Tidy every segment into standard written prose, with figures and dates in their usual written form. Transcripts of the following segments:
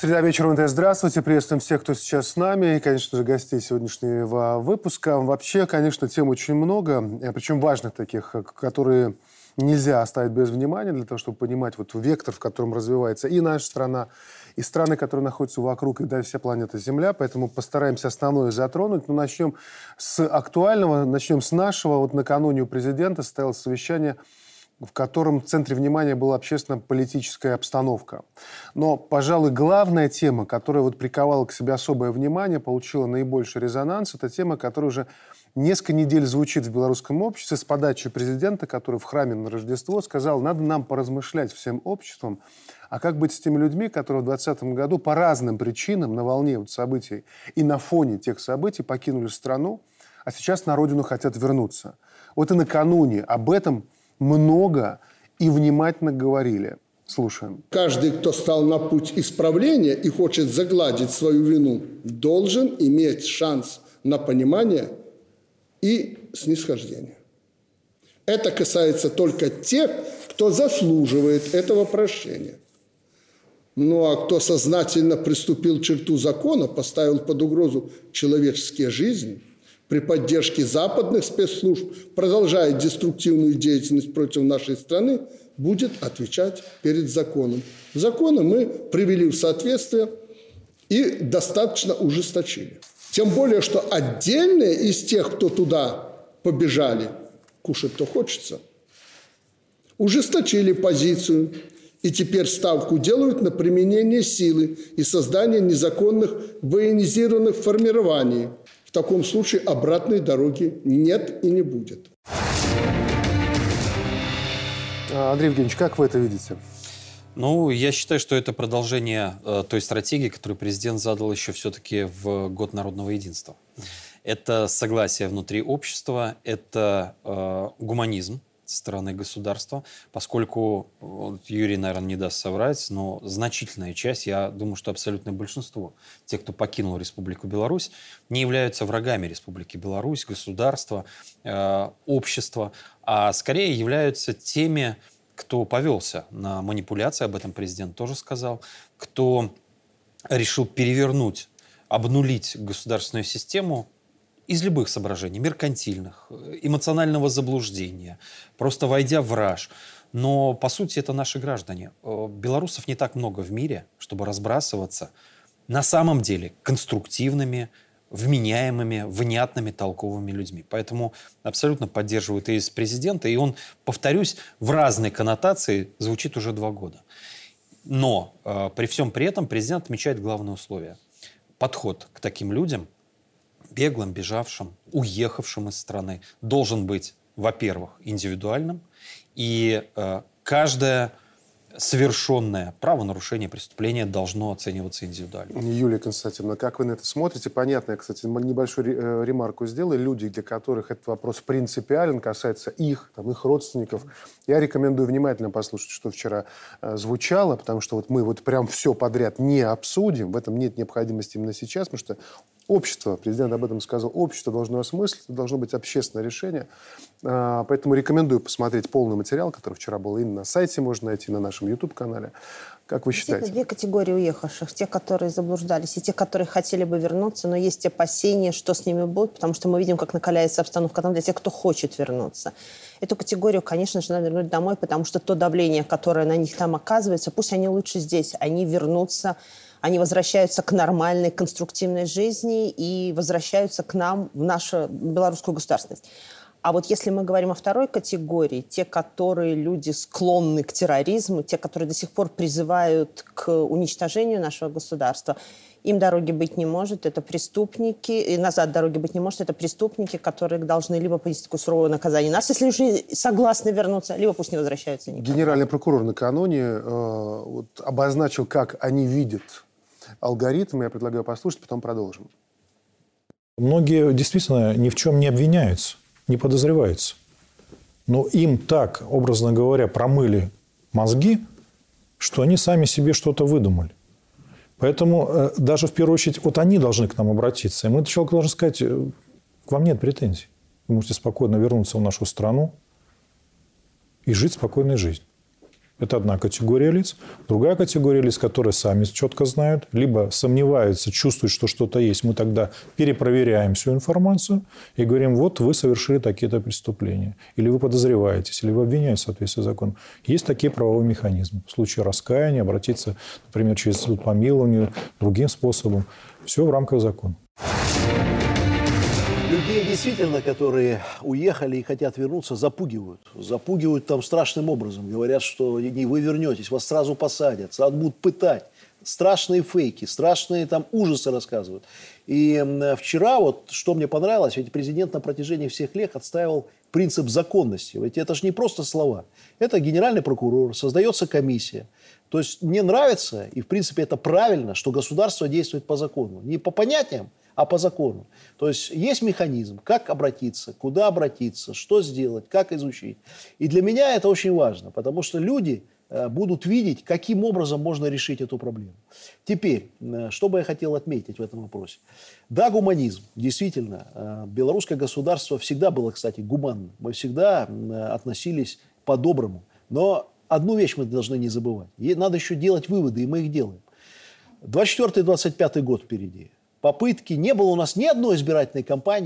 Среда вечером, здравствуйте. Приветствуем всех, кто сейчас с нами. И, конечно же, гостей сегодняшнего выпуска. Вообще, конечно, тем очень много, причем важных таких, которые нельзя оставить без внимания, для того, чтобы понимать вот вектор, в котором развивается и наша страна, и страны, которые находятся вокруг, и даже вся планета Земля. Поэтому постараемся основное затронуть. Но начнем с актуального, начнем с нашего. Вот накануне у президента состоялось совещание, в котором в центре внимания была общественно-политическая обстановка. Но, пожалуй, главная тема, которая вот приковала к себе особое внимание, получила наибольший резонанс, это тема, которая уже несколько недель звучит в белорусском обществе с подачи президента, который в храме на Рождество сказал: надо нам поразмышлять всем обществом, а как быть с теми людьми, которые в 2020 году по разным причинам на волне вот событий и на фоне тех событий покинули страну, а сейчас на родину хотят вернуться. Вот и накануне об этом много и внимательно говорили. Слушаем. Каждый, кто стал на путь исправления и хочет загладить свою вину, должен иметь шанс на понимание и снисхождение. Это касается только тех, кто заслуживает этого прощения. Ну а кто сознательно приступил к черту закона, поставил под угрозу человеческие жизни, при поддержке западных спецслужб продолжает деструктивную деятельность против нашей страны, будет отвечать перед законом. Законы мы привели в соответствие и достаточно ужесточили. Тем более, что отдельные из тех, кто туда побежали, кушать-то хочется, ужесточили позицию и теперь ставку делают на применение силы и создание незаконных военизированных формирований. В таком случае обратной дороги нет и не будет. Андрей Евгеньевич, как вы это видите? Ну, я считаю, что это продолжение той стратегии, которую президент задал еще все-таки в год народного единства. Это согласие внутри общества, это гуманизм со стороны государства, поскольку, Юрий, наверное, не даст соврать, но значительная часть, я думаю, что абсолютное большинство тех, кто покинул Республику Беларусь, не являются врагами Республики Беларусь, государства, общества, а скорее являются теми, кто повелся на манипуляции, об этом президент тоже сказал, кто решил перевернуть, обнулить государственную систему из любых соображений, меркантильных, эмоционального заблуждения, просто войдя в раж. Но, по сути, это наши граждане. Белорусов не так много в мире, чтобы разбрасываться на самом деле конструктивными, вменяемыми, внятными, толковыми людьми. Поэтому абсолютно поддерживаю тезис президента. И он, повторюсь, в разной коннотации звучит уже 2 года. Но при всем при этом президент отмечает главное условие. Подход к таким людям, беглым, бежавшим, уехавшим из страны, должен быть, во-первых, индивидуальным. И каждое совершенное правонарушение, преступление должно оцениваться индивидуально. Юлия Константиновна, как вы на это смотрите? Понятно, я, кстати, небольшую ремарку сделаю. Люди, для которых этот вопрос принципиален, касается их, их родственников. Я рекомендую внимательно послушать, что вчера звучало, потому что вот мы вот прям все подряд не обсудим. В этом нет необходимости именно сейчас, потому что общество, президент об этом сказал, общество должно осмыслить, это должно быть общественное решение. Поэтому рекомендую посмотреть полный материал, который вчера был и на сайте, можно найти на нашем YouTube-канале. Как вы считаете? 2 категории уехавших. Те, которые заблуждались, и те, которые хотели бы вернуться, но есть опасения, что с ними будет, потому что мы видим, как накаляется обстановка там для тех, кто хочет вернуться. Эту категорию, конечно же, надо вернуть домой, потому что то давление, которое на них там оказывается, пусть они лучше здесь, они вернутся, они возвращаются к нормальной, конструктивной жизни и возвращаются к нам в нашу белорусскую государственность. А вот если мы говорим о второй категории, те, которые люди склонны к терроризму, те, которые до сих пор призывают к уничтожению нашего государства, им дороги быть не может, это преступники, и назад дороги быть не может, это преступники, которые должны либо понести такое суровое наказание нас, если уже согласны вернуться, либо пусть не возвращаются никогда. Генеральный прокурор накануне обозначил, как они видят алгоритм. Я предлагаю послушать, потом продолжим. Многие действительно ни в чем не обвиняются, не подозреваются. Но им так, образно говоря, промыли мозги, что они сами себе что-то выдумали. Поэтому даже в первую очередь вот они должны к нам обратиться. И мы человеку должны сказать: к вам нет претензий. Вы можете спокойно вернуться в нашу страну и жить спокойной жизнью. Это одна категория лиц. Другая категория лиц, которые сами четко знают, либо сомневаются, чувствуют, что что-то есть. Мы тогда перепроверяем всю информацию и говорим, вот вы совершили такие-то преступления. Или вы подозреваетесь, или вы обвиняете в соответствии с законом. Есть такие правовые механизмы. В случае раскаяния обратиться, например, через суд помилования, другим способом. Все в рамках закона. Людей действительно, которые уехали и хотят вернуться, запугивают. Запугивают там страшным образом. Говорят, что не вы вернетесь, вас сразу посадят, сразу будут пытать. Страшные фейки, страшные там ужасы рассказывают. И вчера, вот что мне понравилось, ведь президент на протяжении всех лет отстаивал принцип законности. Ведь это же не просто слова. Это генеральный прокурор, создается комиссия. То есть мне нравится, и в принципе это правильно, что государство действует по закону. Не по понятиям, а по закону. То есть есть механизм, как обратиться, куда обратиться, что сделать, как изучить. И для меня это очень важно, потому что люди будут видеть, каким образом можно решить эту проблему. Теперь, что бы я хотел отметить в этом вопросе. Да, гуманизм. Действительно, белорусское государство всегда было, кстати, гуманным. Мы всегда относились по-доброму. Но одну вещь мы должны не забывать. Надо еще делать выводы, и мы их делаем. 24-25 год впереди. Попытки, не было у нас ни одной избирательной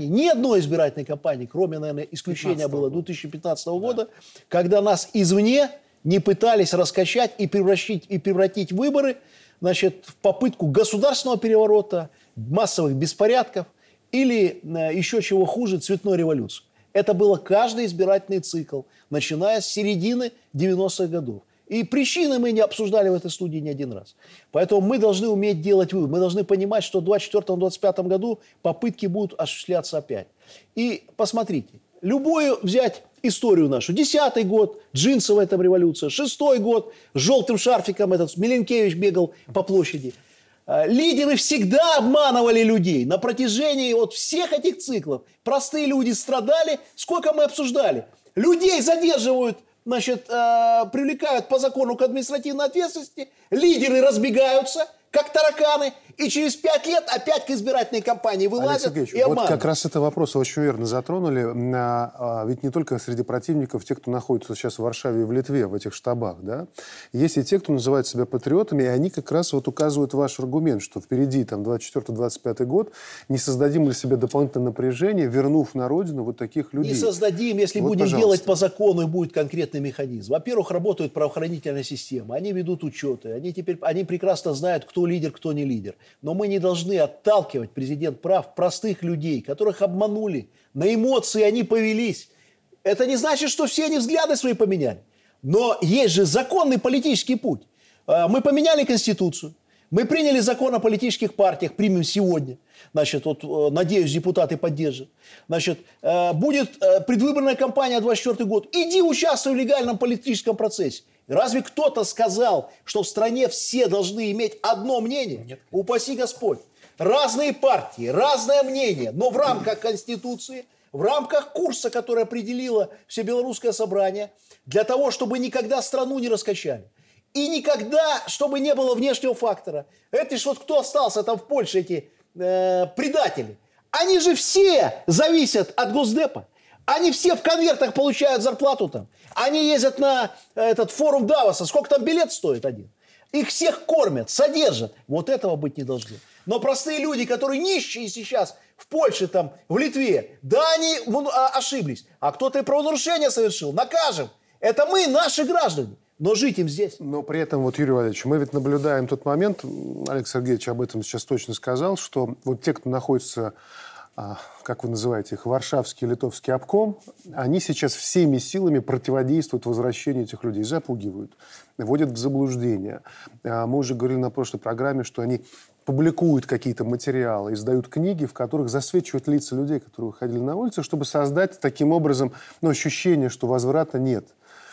кампании, кроме, наверное, исключения было 2015 года, когда нас извне не пытались раскачать и превратить выборы, значит, в попытку государственного переворота, массовых беспорядков или еще чего хуже, цветной революции. Это было каждый избирательный цикл, начиная с середины 90-х годов. И причины мы не обсуждали в этой студии ни один раз. Поэтому мы должны уметь делать вывод. Мы должны понимать, что в 2024-2025 году попытки будут осуществляться опять. И посмотрите, любую взять историю нашу. 10-й год, джинсовая там революция. 6-й год, с желтым шарфиком этот Миленкевич бегал по площади. Лидеры всегда обманывали людей на протяжении вот всех этих циклов. Простые люди страдали. Сколько мы обсуждали? Людей задерживают, значит, привлекают по закону к административной ответственности, лидеры разбегаются, как тараканы, и через 5 лет опять к избирательной кампании вылазят и обманывают. Вот как раз это вопрос очень верно затронули. Ведь не только среди противников, те, кто находится сейчас в Варшаве и в Литве, в этих штабах, да, есть и те, кто называют себя патриотами, и они как раз вот указывают ваш аргумент, что впереди там 24-25 год, не создадим ли себе дополнительное напряжение, вернув на родину вот таких людей? Не создадим, если вот, будем делать по закону, и будет конкретный механизм. Во-первых, работает правоохранительная система, они ведут учеты, они прекрасно знают, кто лидер, кто не лидер. Но мы не должны отталкивать, президент прав, простых людей, которых обманули, на эмоции они повелись. Это не значит, что все они взгляды свои поменяли. Но есть же законный политический путь. Мы поменяли Конституцию, мы приняли закон о политических партиях, примем сегодня. Значит, вот, надеюсь, депутаты поддержат. Значит, будет предвыборная кампания 2024 год. Иди участвуй в легальном политическом процессе. Разве кто-то сказал, что в стране все должны иметь одно мнение? Нет. Упаси Господь. Разные партии, разное мнение, но в рамках Конституции, в рамках курса, который определило Всебелорусское собрание, для того, чтобы никогда страну не раскачали. И никогда, чтобы не было внешнего фактора. Это ж вот кто остался там в Польше, эти предатели. Они же все зависят от Госдепа. Они все в конвертах получают зарплату там. Они ездят на этот форум Давоса. Сколько там билет стоит один? Их всех кормят, содержат. Вот этого быть не должно. Но простые люди, которые нищие сейчас в Польше, там, в Литве, да, они ошиблись. А кто-то и правонарушение совершил. Накажем. Это мы, наши граждане. Но жить им здесь. Но при этом, вот, Юрий Валерьевич, мы ведь наблюдаем тот момент, Олег Сергеевич об этом сейчас точно сказал, что вот те, кто находится, как вы называете их, Варшавский, Литовский обком, они сейчас всеми силами противодействуют возвращению этих людей, запугивают, вводят в заблуждение. Мы уже говорили на прошлой программе, что они публикуют какие-то материалы, издают книги, в которых засвечивают лица людей, которые выходили на улицу, чтобы создать таким образом ощущение, что возврата нет.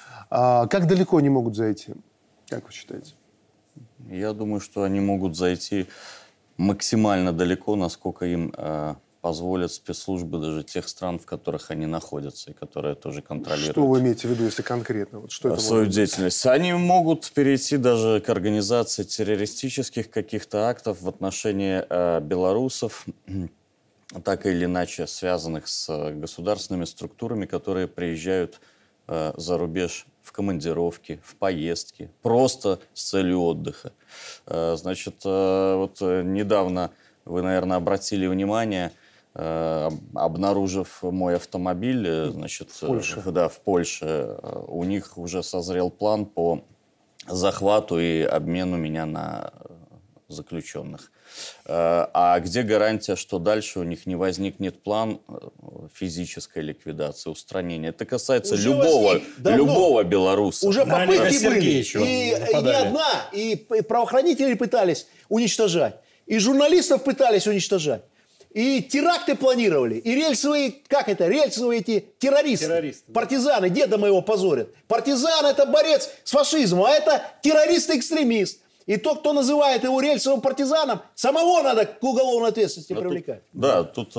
Как далеко они могут зайти? Как вы считаете? Я думаю, что они могут зайти максимально далеко, насколько им позволят спецслужбы даже тех стран, в которых они находятся, и которые тоже контролируют. Что вы имеете в виду, если конкретно? Вот что это свою деятельность. Они могут перейти даже к организации террористических каких-то актов в отношении белорусов, так или иначе связанных с государственными структурами, которые приезжают за рубеж в командировки, в поездки, просто с целью отдыха. Значит, вот недавно вы, наверное, обратили внимание, обнаружив мой автомобиль, значит, в Польше, у них уже созрел план по захвату и обмену меня на заключенных. А где гарантия, что дальше у них не возникнет план физической ликвидации, устранения? Это касается любого белоруса. Уже попытки были. И нападали. не одна. И правоохранители пытались уничтожать. И журналистов пытались уничтожать. И теракты планировали. И рельсовые эти террористы. Партизаны, деда моего позорят. Партизан – это борец с фашизмом, а это террорист-экстремист. И тот, кто называет его рельсовым партизаном, самого надо к уголовной ответственности привлекать. Тут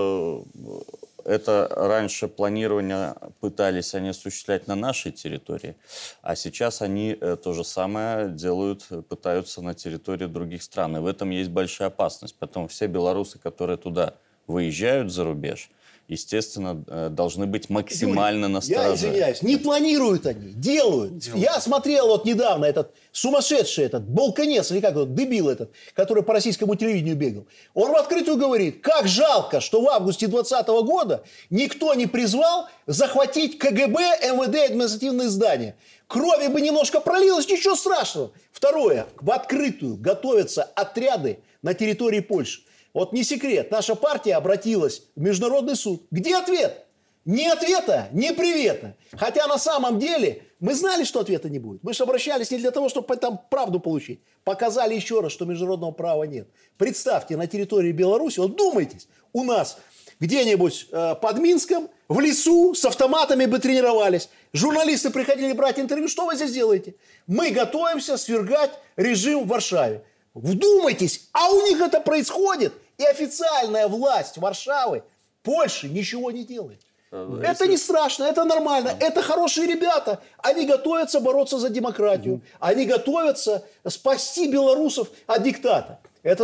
это раньше планирование пытались они осуществлять на нашей территории, а сейчас они то же самое делают, пытаются на территории других стран. И в этом есть большая опасность. Поэтому все белорусы, которые туда выезжают за рубеж, естественно, должны быть максимально настороже. Я извиняюсь, не планируют они, делают. Я смотрел вот недавно этот сумасшедший, этот Болконец, или как он, дебил этот, который по российскому телевидению бегал. Он в открытую говорит, как жалко, что в августе 2020 года никто не призвал захватить КГБ, МВД, административные здания. Крови бы немножко пролилось, ничего страшного. Второе, в открытую готовятся отряды на территории Польши. Вот не секрет, наша партия обратилась в Международный суд. Где ответ? Ни ответа, ни привета. Хотя на самом деле мы знали, что ответа не будет. Мы же обращались не для того, чтобы там правду получить. Показали еще раз, что международного права нет. Представьте, на территории Беларуси, вот думайтесь, у нас где-нибудь под Минском, в лесу с автоматами бы тренировались. Журналисты приходили брать интервью. Что вы здесь делаете? Мы готовимся свергать режим в Варшаве. Вдумайтесь, а у них это происходит. И официальная власть Варшавы, Польши ничего не делает. Это не страшно, это нормально. Это хорошие ребята. Они готовятся бороться за демократию. Они готовятся спасти белорусов от диктата.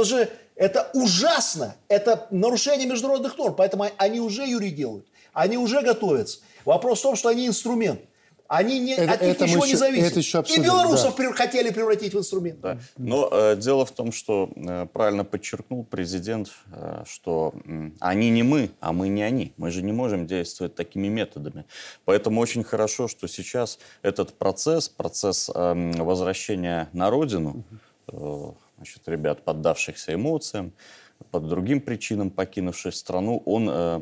Это ужасно. Это нарушение международных норм. Поэтому они уже юри делают. Они уже готовятся. Вопрос в том, что они инструмент. Они от них ничего не зависит. И белорусов хотели превратить в инструмент. Да. Но дело в том, что правильно подчеркнул президент, что они не мы, а мы не они. Мы же не можем действовать такими методами. Поэтому очень хорошо, что сейчас этот процесс возвращения на родину, значит, ребят, поддавшихся эмоциям, по другим причинам покинувших страну, он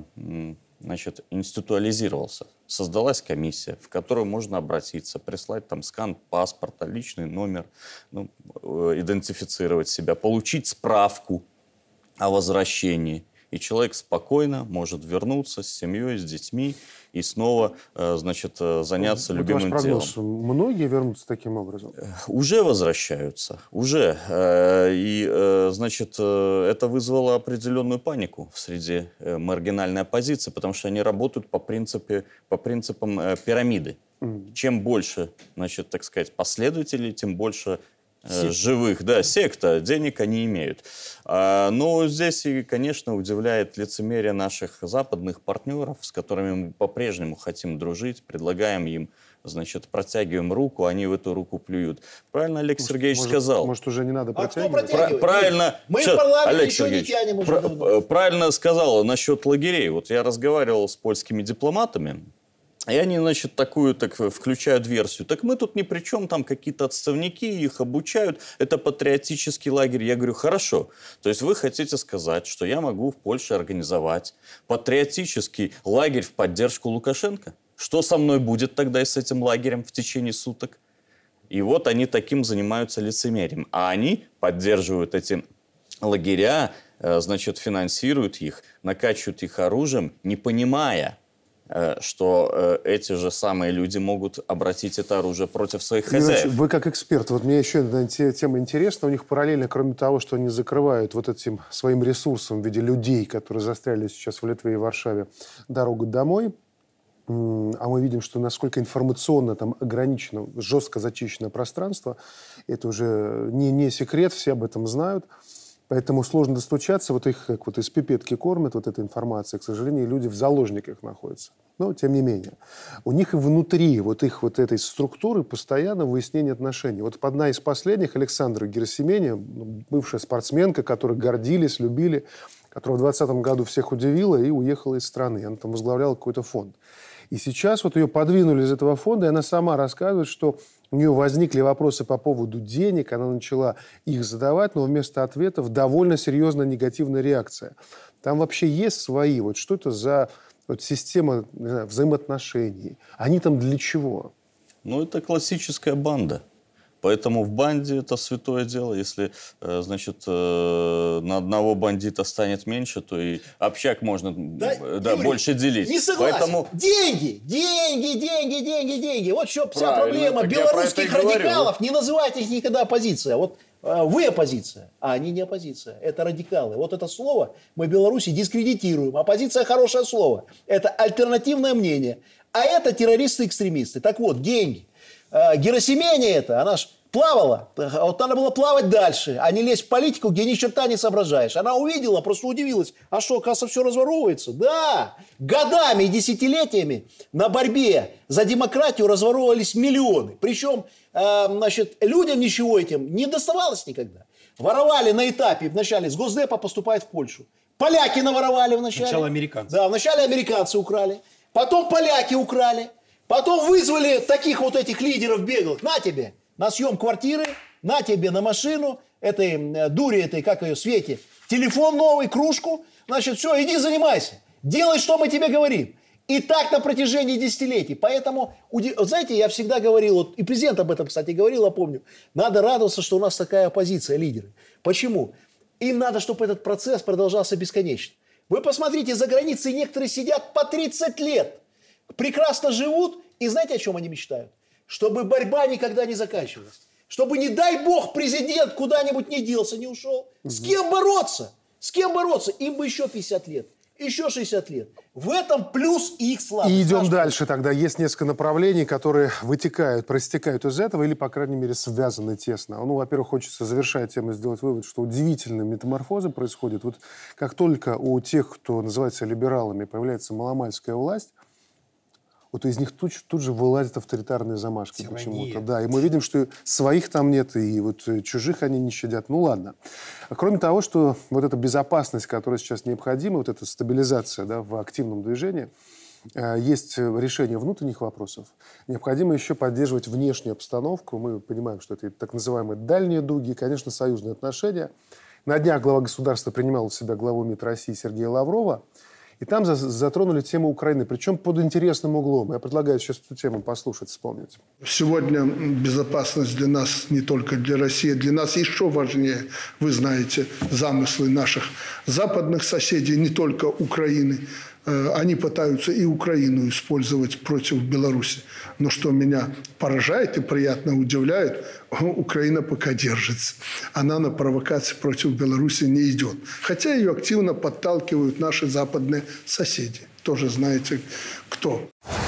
институализировался. Создалась комиссия, в которую можно обратиться, прислать там скан паспорта, личный номер, идентифицировать себя, получить справку о возвращении. И человек спокойно может вернуться с семьей, с детьми и снова, заняться любимым делом. Многие вернутся таким образом? Уже возвращаются, уже. Это вызвало определенную панику среди маргинальной оппозиции, потому что они работают по принципам пирамиды. Чем больше, последователей, тем больше живых, секта, денег они имеют. Но здесь, конечно, удивляет лицемерие наших западных партнеров, с которыми мы по-прежнему хотим дружить, предлагаем им, протягиваем руку, они в эту руку плюют. Правильно Олег Сергеевич сказал. Может, уже не надо протягивать? А кто протягивает? Правильно. Мы в парламенте Олег еще не тянем уже давно. Правильно сказал насчет лагерей. Вот я разговаривал с польскими дипломатами, и они, включают версию. Так мы тут ни при чем, там какие-то отставники, их обучают. Это патриотический лагерь. Я говорю, хорошо. То есть вы хотите сказать, что я могу в Польше организовать патриотический лагерь в поддержку Лукашенко? Что со мной будет тогда и с этим лагерем в течение суток? И вот они таким занимаются лицемерием. А они поддерживают эти лагеря, финансируют их, накачивают их оружием, не понимая, что эти же самые люди могут обратить это оружие против своих хозяев. Вы как эксперт, вот мне еще эта тема интересна. У них параллельно, кроме того, что они закрывают вот этим своим ресурсом в виде людей, которые застряли сейчас в Литве и Варшаве, дорогу домой, а мы видим, что насколько информационно там ограничено, жестко зачищено пространство, это уже не секрет, все об этом знают. Поэтому сложно достучаться, вот их как вот из пипетки кормят, вот эта информация, к сожалению, люди в заложниках находятся. Но, тем не менее, у них и внутри вот их вот этой структуры постоянно выяснение отношений. Вот одна из последних, Александра Герасимене, бывшая спортсменка, которой гордились, любили, которая в 2020 году всех удивила и уехала из страны. Она там возглавляла какой-то фонд. И сейчас вот ее подвинули из этого фонда, и она сама рассказывает, что у нее возникли вопросы по поводу денег, она начала их задавать, но вместо ответов довольно серьезная негативная реакция. Там вообще есть свои, вот что это за вот система, не знаю, взаимоотношений? Они там для чего? Ну, это классическая банда. Поэтому в банде это святое дело. Если, значит, на одного бандита станет меньше, то и общак можно Юрий, больше делить. Не согласен. Поэтому... Деньги. Вот что вся проблема белорусских радикалов. Не называйте их никогда оппозиция. Вот вы оппозиция, а они не оппозиция. Это радикалы. Вот это слово мы в Беларуси дискредитируем. Оппозиция – хорошее слово. Это альтернативное мнение. А это террористы-экстремисты. Так вот, деньги. Герасимене это, она ж плавала, вот надо было плавать дальше, а не лезть в политику, где ни черта не соображаешь. Она увидела, просто удивилась, а что, оказывается, все разворовывается? Да, годами и десятилетиями на борьбе за демократию разворовывались миллионы. Причем, значит, людям ничего этим не доставалось никогда. Воровали на этапе, вначале с Госдепа поступает в Польшу. Поляки наворовали вначале. Сначала американцы. Да, вначале американцы украли, потом поляки украли. Потом вызвали таких вот этих лидеров беглых. На тебе на съем квартиры, на тебе на машину, этой дури, этой, как ее, Свете, телефон новый, кружку. Значит, все, иди занимайся. Делай, что мы тебе говорим. И так на протяжении десятилетий. Поэтому, знаете, я всегда говорил, вот, и президент об этом, кстати, говорил, я помню, надо радоваться, что у нас такая оппозиция, лидеры. Почему? Им надо, чтобы этот процесс продолжался бесконечно. Вы посмотрите, за границей некоторые сидят по 30 лет. Прекрасно живут, и знаете, о чем они мечтают? Чтобы борьба никогда не заканчивалась. Чтобы, не дай бог, президент куда-нибудь не делся, не ушел. С кем бороться? С кем бороться? Им бы еще 50 лет, еще 60 лет. В этом плюс и их слабость. И идем дальше тогда. Есть несколько направлений, которые вытекают, проистекают из этого или, по крайней мере, связаны тесно. Ну, во-первых, хочется, завершая тему, сделать вывод, что удивительные метаморфозы происходят. Вот как только у тех, кто называется либералами, появляется маломальская власть, вот из них тут же вылазят авторитарные замашки почему-то. Да, и мы видим, что своих там нет, и вот чужих они не щадят. Ну ладно. А кроме того, что вот эта безопасность, которая сейчас необходима, вот эта стабилизация, да, в активном движении, есть решение внутренних вопросов. Необходимо еще поддерживать внешнюю обстановку. Мы понимаем, что это так называемые дальние дуги, и, конечно, союзные отношения. На днях глава государства принимал у себя главу МИД России Сергея Лаврова. И там затронули тему Украины, причем под интересным углом. Я предлагаю сейчас эту тему послушать, вспомнить. Сегодня безопасность для нас, не только для России, для нас еще важнее. Вы знаете замыслы наших западных соседей, не только Украины. Они пытаются и Украину использовать против Беларуси. Но что меня поражает и приятно удивляет, Украина пока держится. Она на провокации против Беларуси не идет. Хотя ее активно подталкивают наши западные соседи. Тоже знаете, кто.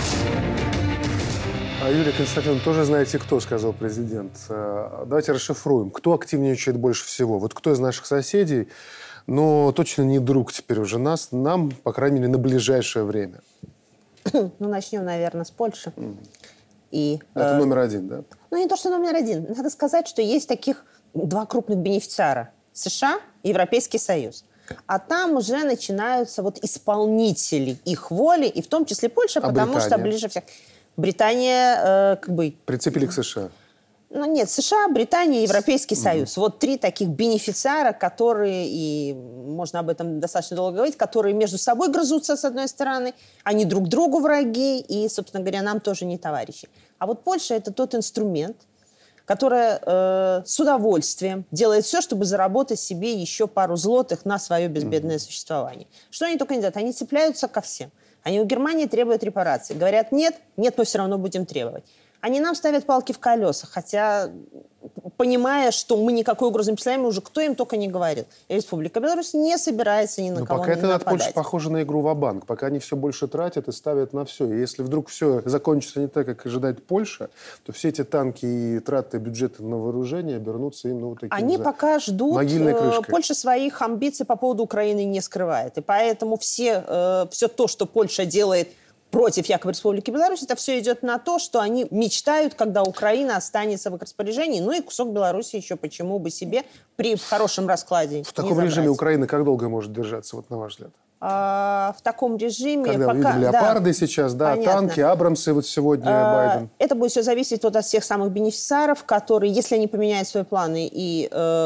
А Юлия Константиновна, тоже знаете, кто, сказал президент. Давайте расшифруем. Кто активничает больше всего? Вот кто из наших соседей, но точно не друг теперь уже нам, по крайней мере, на ближайшее время? Ну, начнем, наверное, с Польши. И, это номер один, да? Ну, не то, что номер один. Надо сказать, что есть таких два крупных бенефициара. США и Европейский Союз. А там уже начинаются вот исполнители их воли, и в том числе Польша, потому Британия? что ближе всех. Британия как бы... Прицепили к США. Ну, нет, США, Британия, Европейский Союз. Вот три таких бенефициара, которые, и можно об этом достаточно долго говорить, которые между собой грызутся, с одной стороны, они друг другу враги, и, собственно говоря, нам тоже не товарищи. А вот Польша – это тот инструмент, который с удовольствием делает все, чтобы заработать себе еще пару злотых на свое безбедное существование. Что они только не делают? Они цепляются ко всем. Они у Германии требуют репараций. Говорят, нет, мы все равно будем требовать. Они нам ставят палки в колеса, хотя, понимая, что мы никакой угрозы не представляем, уже кто им только не говорил. И Республика Беларусь не собирается ни на кого пока не это нападать. больше похоже на игру ва-банк. Пока они все больше тратят и ставят на все. И если вдруг все закончится не так, как ожидает Польша, то все эти танки и траты бюджета на вооружение обернутся им вот таким Они пока ждут. могильной крышкой. Польша своих амбиций по поводу Украины не скрывает. И поэтому все то, что Польша делает против якобы Республики Беларусь, это все идет на то, что они мечтают, когда Украина останется в их распоряжении. Ну и кусок Беларуси еще почему бы себе при хорошем раскладе В таком режиме Украина как долго может держаться, вот на ваш взгляд? В таком режиме... Когда пока, мы видим леопарды сейчас, да, понятно. танки, Абрамсы вот сегодня Байден. Это будет все зависеть от всех самых бенефициаров, которые, если они поменяют свои планы и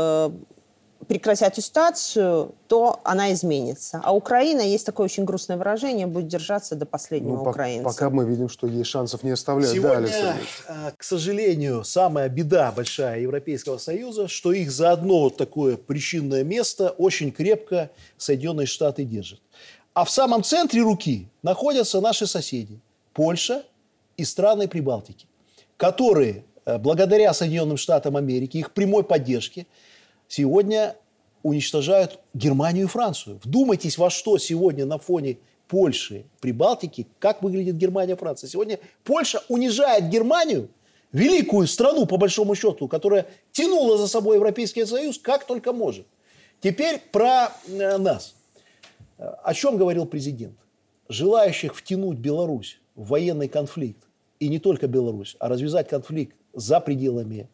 прекратят эту ситуацию, то она изменится. А Украина, есть такое очень грустное выражение, будет держаться до последнего украинца. Пока мы видим, что ей шансов не оставляют. Сегодня, к сожалению, самая беда большая Европейского Союза, что их за одно вот такое причинное место очень крепко Соединенные Штаты держат. А в самом центре руки находятся наши соседи – Польша и страны Прибалтики, которые, благодаря Соединенным Штатам Америки, их прямой поддержке, сегодня уничтожают Германию и Францию. Вдумайтесь, во что сегодня на фоне Польши, Прибалтики, как выглядит Германия и Франция. Сегодня Польша унижает Германию, великую страну, по большому счету, которая тянула за собой Европейский Союз, как только может. Теперь про нас. О чем говорил президент? Желающих втянуть Беларусь в военный конфликт, и не только Беларусь, а развязать конфликт за пределами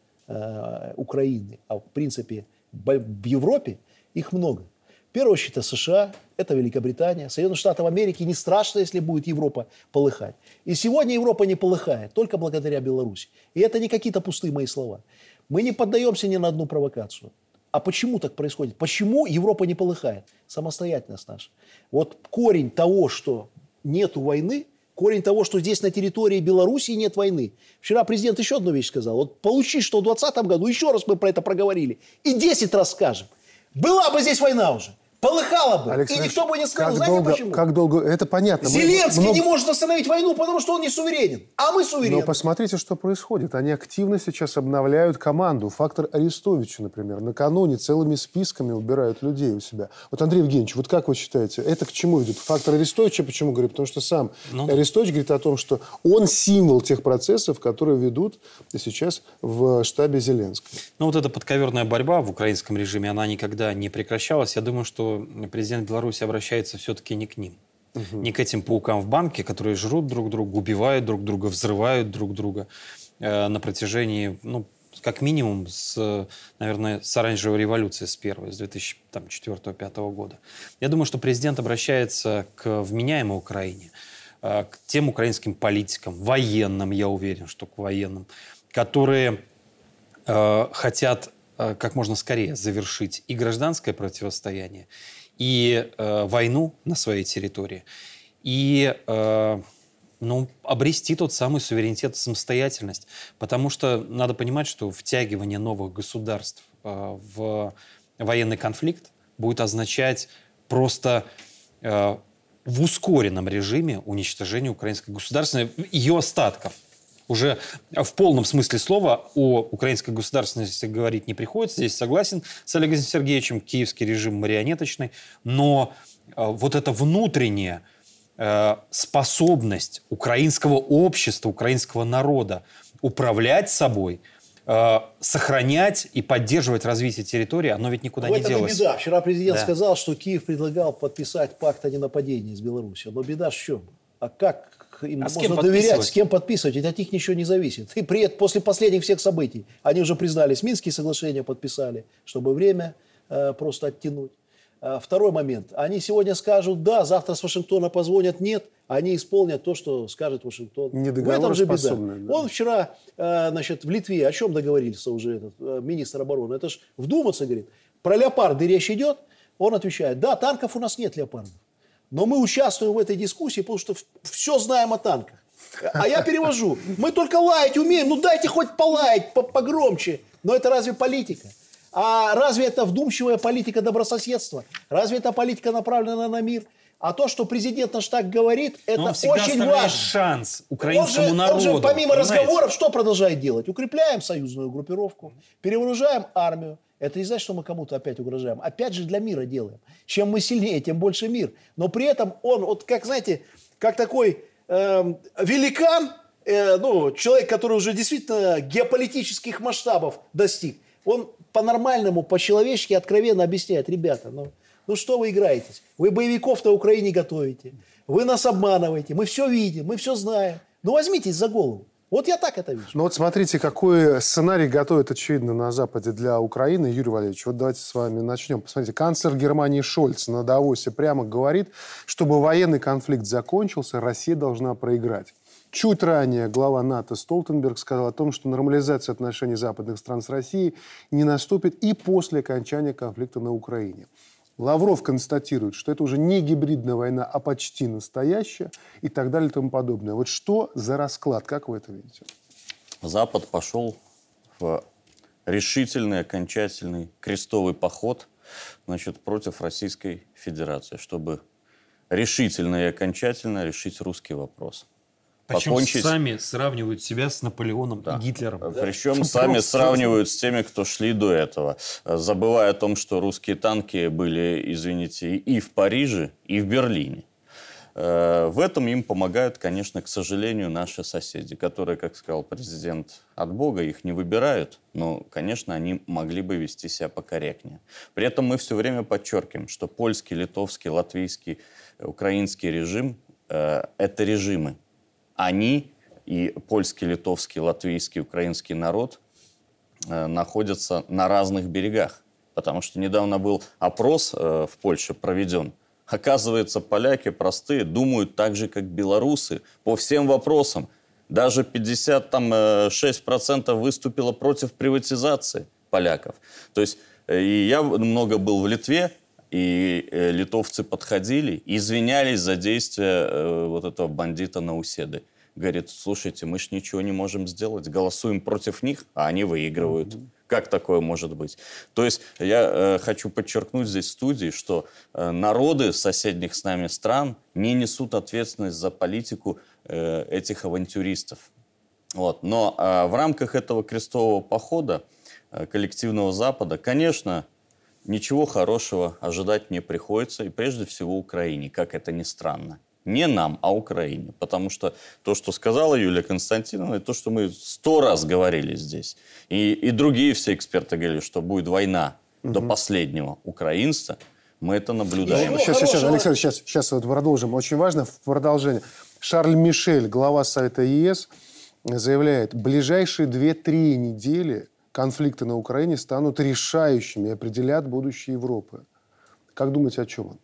Украины, а в принципе в Европе, их много. В первую очередь это США, это Великобритания, Соединенные Штаты Америки. Не страшно, если будет Европа полыхать. И сегодня Европа не полыхает, только благодаря Беларуси. И это не какие-то пустые мои слова. Мы не поддаемся ни на одну провокацию. А почему так происходит? Почему Европа не полыхает? Самостоятельность наша. Вот корень того, что нету войны, корень того, что здесь на территории Белоруссии нет войны. Вчера президент еще одну вещь сказал. Вот получи, что в 2020 году, еще раз мы про это проговорили, и 10 раз скажем. Была бы здесь война уже. Полыхало бы. Алексей и никто бы не сказал. Как Знаете долго, почему? Как долго? Это понятно. Зеленский не может остановить войну, потому что он не суверенен. А мы суверенны. Но посмотрите, что происходит. Они активно сейчас обновляют команду. Фактор Арестовича, например, накануне целыми списками убирают людей у себя. Вот, Андрей Евгеньевич, вот как вы считаете, это к чему идет? Фактор Арестовича почему говорю? Потому что сам Арестович говорит о том, что он символ тех процессов, которые ведут сейчас в штабе Зеленского. Ну, вот эта подковерная борьба в украинском режиме, она никогда не прекращалась. Я думаю, что президент Беларуси обращается все-таки не к ним. Не к этим паукам в банке, которые жрут друг друга, убивают друг друга, взрывают друг друга на протяжении, ну, как минимум, наверное, с оранжевой революции, с первой, с 2004-2005 года. Я думаю, что президент обращается к вменяемой Украине, к тем украинским политикам, военным, я уверен, что к военным, которые хотят как можно скорее завершить и гражданское противостояние, и войну на своей территории, и обрести тот самый суверенитет и самостоятельность. Потому что надо понимать, что втягивание новых государств в военный конфликт будет означать просто в ускоренном режиме уничтожение украинской государственности, ее остатков. Уже в полном смысле слова о украинской государственности говорить не приходится. Здесь согласен с Олегом Сергеевичем, киевский режим марионеточный. Но вот эта внутренняя способность украинского общества, украинского народа управлять собой, сохранять и поддерживать развитие территории, оно ведь никуда не делось. Это беда. Вчера президент сказал, что Киев предлагал подписать пакт о ненападении с Беларусью. Но беда в чем? А как им можно доверять, с кем подписывать? Ведь от них ничего не зависит. И после последних всех событий они уже признались, Минские соглашения подписали, чтобы время просто оттянуть. Второй момент. Они сегодня скажут да, завтра с Вашингтона позвонят нет, они исполнят то, что скажет Вашингтон. В этом же беда. Да. Он вчера в Литве о чем договорился уже этот министр обороны? Это ж вдуматься, говорит. Про леопарды речь идет. Он отвечает, да, танков у нас нет леопардов. Но мы участвуем в этой дискуссии, потому что все знаем о танках. А я перевожу. Мы только лаять умеем. Ну дайте хоть полаять погромче. Но это разве политика? А разве это вдумчивая политика добрососедства? Разве это политика, направленная на мир? А то, что президент наш так говорит, это он всегда очень оставляет важно. шанс украинскому народу. Он же помимо понимаете? разговоров что продолжает делать? Укрепляем союзную группировку, перевооружаем армию. Это не значит, что мы кому-то опять угрожаем. Опять же для мира делаем. Чем мы сильнее, тем больше мир. Но при этом он, вот как, знаете, как такой великан, человек, который уже действительно геополитических масштабов достиг, он по-нормальному, по-человечески откровенно объясняет: ребята, ну что вы играетесь? Вы боевиков на Украине готовите, вы нас обманываете, мы все видим, мы все знаем. Ну возьмитесь за голову. Вот я так это вижу. Ну вот смотрите, какой сценарий готовят, очевидно, на Западе для Украины. Юрий Валерьевич, вот давайте с вами начнем. Посмотрите, канцлер Германии Шольц на Давосе прямо говорит, чтобы военный конфликт закончился, Россия должна проиграть. Чуть ранее глава НАТО Столтенберг сказал о том, что нормализация отношений западных стран с Россией не наступит и после окончания конфликта на Украине. Лавров констатирует, что это уже не гибридная война, а почти настоящая и так далее и тому подобное. Вот что за расклад? Как вы это видите? Запад пошел в решительный, окончательный крестовый поход, против Российской Федерации, чтобы решительно и окончательно решить русский вопрос. Причем сами сравнивают себя с Наполеоном и Гитлером. Причем сами сравнивают с теми, кто шли до этого, забывая о том, что русские танки были, извините, и в Париже, и в Берлине. В этом им помогают, конечно, к сожалению, наши соседи, которые, как сказал президент, от Бога их не выбирают, но, конечно, они могли бы вести себя покорректнее. При этом мы все время подчеркиваем, что польский, литовский, латвийский, украинский режим – это режимы. Они, и польский, литовский, латвийский, украинский народ находятся на разных берегах. Потому что недавно был опрос в Польше проведен. Оказывается, поляки простые думают так же, как белорусы, по всем вопросам. Даже 56% выступило против приватизации поляков. То есть и я много был в Литве, и литовцы подходили, извинялись за действия вот этого бандита Науседы. Говорит: слушайте, мы ж ничего не можем сделать, голосуем против них, а они выигрывают. Как такое может быть? То есть я хочу подчеркнуть здесь в студии, что народы соседних с нами стран не несут ответственность за политику этих авантюристов. Вот. Но в рамках этого крестового похода коллективного Запада, конечно, ничего хорошего ожидать не приходится, и прежде всего Украине, как это ни странно. Не нам, а Украине. Потому что то, что сказала Юлия Константиновна, и то, что мы 100 раз говорили здесь, и другие все эксперты говорили, что будет война до последнего украинца, мы это наблюдаем. Сейчас вот продолжим. Очень важно в продолжении. Шарль Мишель, глава Совета ЕС, заявляет: ближайшие 2-3 недели конфликты на Украине станут решающими и определят будущее Европы. Как думаете, о чем он?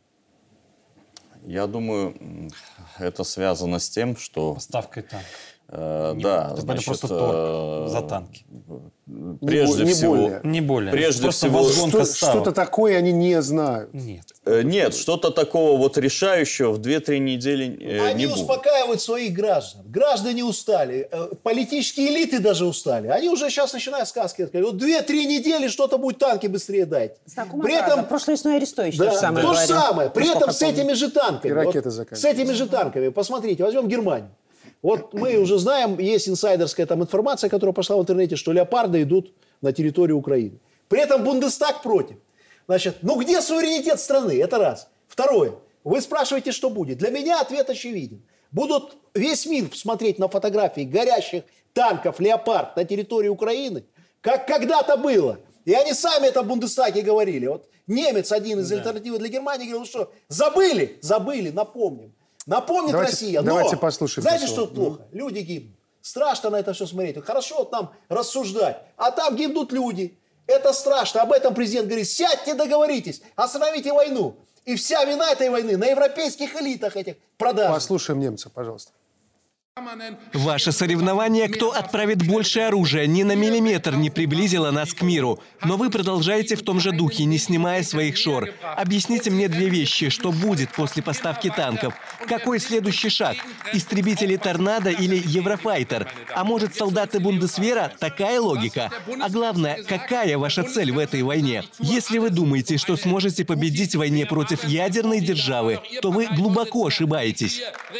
Я думаю, это связано с тем, что... Поставкой танков. Да, это просто торг за танки. Прежде всего... Не более. Прежде всего... Что-то такое они не знают. Нет, что-то такого вот решающего в 2-3 недели не будет. Они успокаивают своих граждан. Граждане устали. Политические элиты даже устали. Они уже сейчас начинают сказки рассказывать. Вот 2-3 недели что-то будет, танки быстрее дайте. При этом... Прошлой весной Арестович то же самое то же говорил. самое. При этом с этими же танками. И ракеты заканчиваются. С этими же танками. Посмотрите, возьмем Германию. Вот мы уже знаем, есть инсайдерская там информация, которая пошла в интернете, что леопарды идут на территорию Украины. При этом Бундестаг против. Значит, где суверенитет страны? Это раз. Второе. Вы спрашиваете, что будет. Для меня ответ очевиден. Будут весь мир смотреть на фотографии горящих танков «Леопард» на территории Украины, как когда-то было. И они сами это в Бундестаге говорили. Вот немец, один из альтернативы для Германии, говорил, что забыли, напомним. Напомнит Россия, но давайте послушаем. знаете, что плохо? Люди гибнут. Страшно на это все смотреть. Хорошо вот нам рассуждать, а там гибнут люди. Это страшно. Об этом президент говорит: сядьте, договоритесь, остановите войну. И вся вина этой войны на европейских элитах этих продажных. Послушаем немца, пожалуйста. Ваше соревнование, кто отправит больше оружия, ни на миллиметр не приблизило нас к миру. Но вы продолжаете в том же духе, не снимая своих шор. Объясните мне две вещи. Что будет после поставки танков? Какой следующий шаг? Истребители «Торнадо» или «Еврофайтер»? А может, солдаты Бундесвера? Такая логика. А главное, какая ваша цель в этой войне? Если вы думаете, что сможете победить в войне против ядерной державы, то вы глубоко ошибаетесь.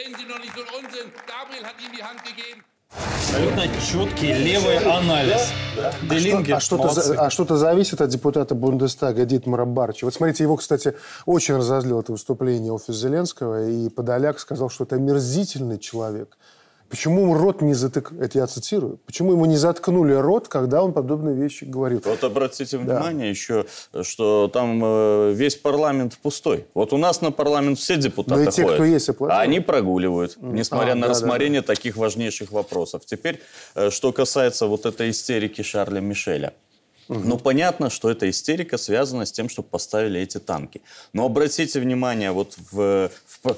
Абсолютно четкий левый анализ. Делингер, А что-то зависит от депутата Бундестага Дитмара Барча. Вот смотрите, его, кстати, очень разозлило это выступление офис Зеленского, и Подоляк сказал, что это омерзительный человек. Почему ему рот не заткнули, это я цитирую, почему ему не заткнули рот, когда он подобные вещи говорил? Вот обратите внимание еще, что там весь парламент пустой. Вот у нас на парламент все депутаты ходят, кто есть, а они прогуливают, несмотря на рассмотрение таких важнейших вопросов. Теперь, что касается вот этой истерики Шарля Мишеля. Ну, понятно, что эта истерика связана с тем, что поставили эти танки. Но обратите внимание, вот в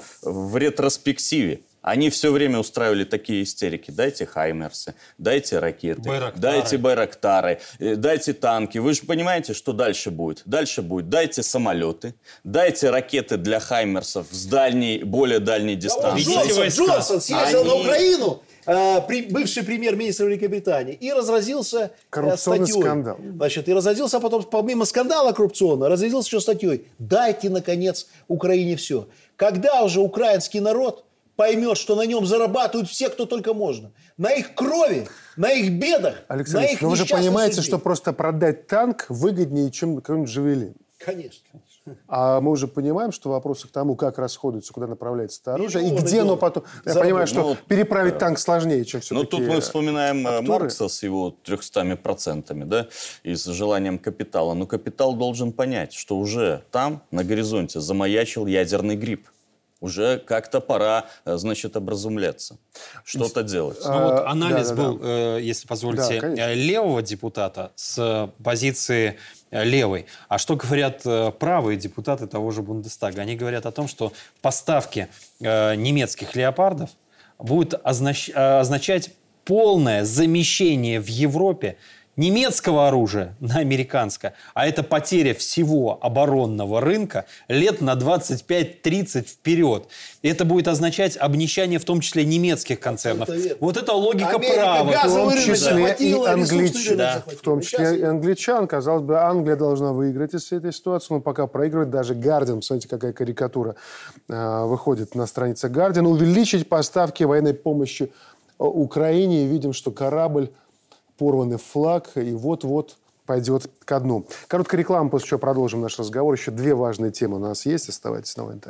ретроспективе, они все время устраивали такие истерики. Дайте хаймерсы, дайте ракеты, дайте байрактары, дайте танки. Вы же понимаете, что дальше будет? Дальше будет дайте самолеты, дайте ракеты для хаймерсов с дальней, более дальней дистанции. Джонсон съездил на Украину, бывший премьер-министр Великобритании, и разразился коррупционный статьей. Скандал. Значит, и разразился потом, помимо скандала коррупционного, разразился еще статьей. Дайте, наконец, Украине все. Когда уже украинский народ поймет, что на нем зарабатывают все, кто только можно. На их крови, на их бедах, Александр на Ильич, их но вы же понимаете, судьбе. что просто продать танк выгоднее, чем какой-нибудь «Жавелин». Конечно. А мы уже понимаем, что вопросы к тому, как расходуется, куда направляется это оружие, и где оно долларов. потом... Я понимаю, что переправить танк сложнее, чем все-таки... Ну, тут мы вспоминаем актуры. Маркса с его 300%, да, и с желанием капитала. Но капитал должен понять, что уже там, на горизонте, замаячил ядерный гриб. Уже как-то пора, значит, образумляться, что-то делать. Ну вот анализ был, если позволите, конечно. левого депутата с позиции левой. А что говорят правые депутаты того же Бундестага? Они говорят о том, что поставки немецких леопардов будут означать полное замещение в Европе немецкого оружия на американское, а это потеря всего оборонного рынка лет на 25-30 вперед. И это будет означать обнищание в том числе немецких концернов. Вот это логика права. В том числе и англичан. Да. В том числе и англичан. Казалось бы, Англия должна выиграть из этой ситуации, но пока проигрывает даже Guardian. Смотрите, какая карикатура выходит на странице Guardian. Увеличить поставки военной помощи Украине. И видим, что корабль, порванный флаг, и вот-вот пойдет ко дну. Короткая реклама, после чего продолжим наш разговор. Еще две важные темы у нас есть. Оставайтесь на ВНТ.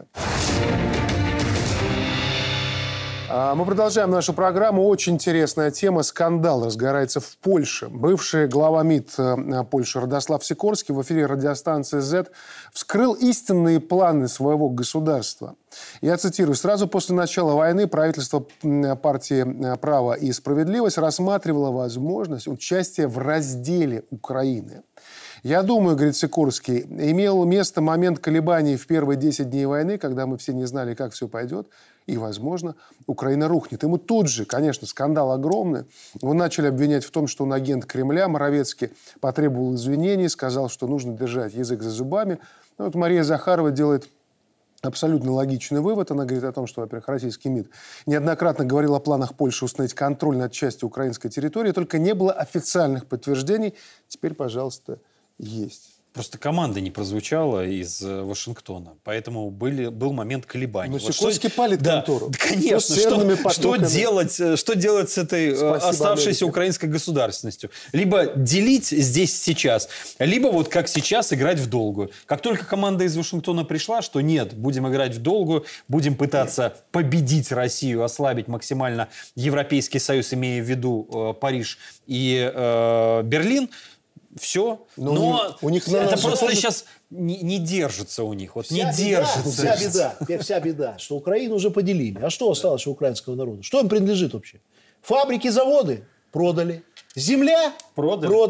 Мы продолжаем нашу программу. Очень интересная тема. Скандал разгорается в Польше. Бывший глава МИД Польши Радослав Сикорский в эфире радиостанции Z вскрыл истинные планы своего государства. Я цитирую. «Сразу после начала войны правительство партии «Право и справедливость» рассматривало возможность участия в разделе Украины. Я думаю, говорит Сикорский, имел место момент колебаний в первые 10 дней войны, когда мы все не знали, как все пойдет, и, возможно, Украина рухнет». Ему тут же, конечно, скандал огромный. Его начали обвинять в том, что он агент Кремля. Моровецкий потребовал извинений, сказал, что нужно держать язык за зубами. Но вот Мария Захарова делает абсолютно логичный вывод. Она говорит о том, что, во-первых, российский МИД неоднократно говорил о планах Польши установить контроль над частью украинской территории, только не было официальных подтверждений. Теперь, пожалуйста, есть. Просто команда не прозвучала из Вашингтона, поэтому был момент колебаний. Но Вот Сикорский палит контору. Да, конечно. Что делать с этой оставшейся Америке. украинской государственностью? Либо делить здесь сейчас, либо вот как сейчас играть в долгую. Как только команда из Вашингтона пришла, что нет, будем играть в долгую, будем пытаться победить Россию, ослабить максимально Европейский Союз, имея в виду Париж и Берлин, все. Но у них это просто сейчас не держится у них. Вот не держится. Вся беда, что Украину уже поделили. А что осталось у украинского народа? Что им принадлежит вообще? Фабрики, заводы продали. Земля продана.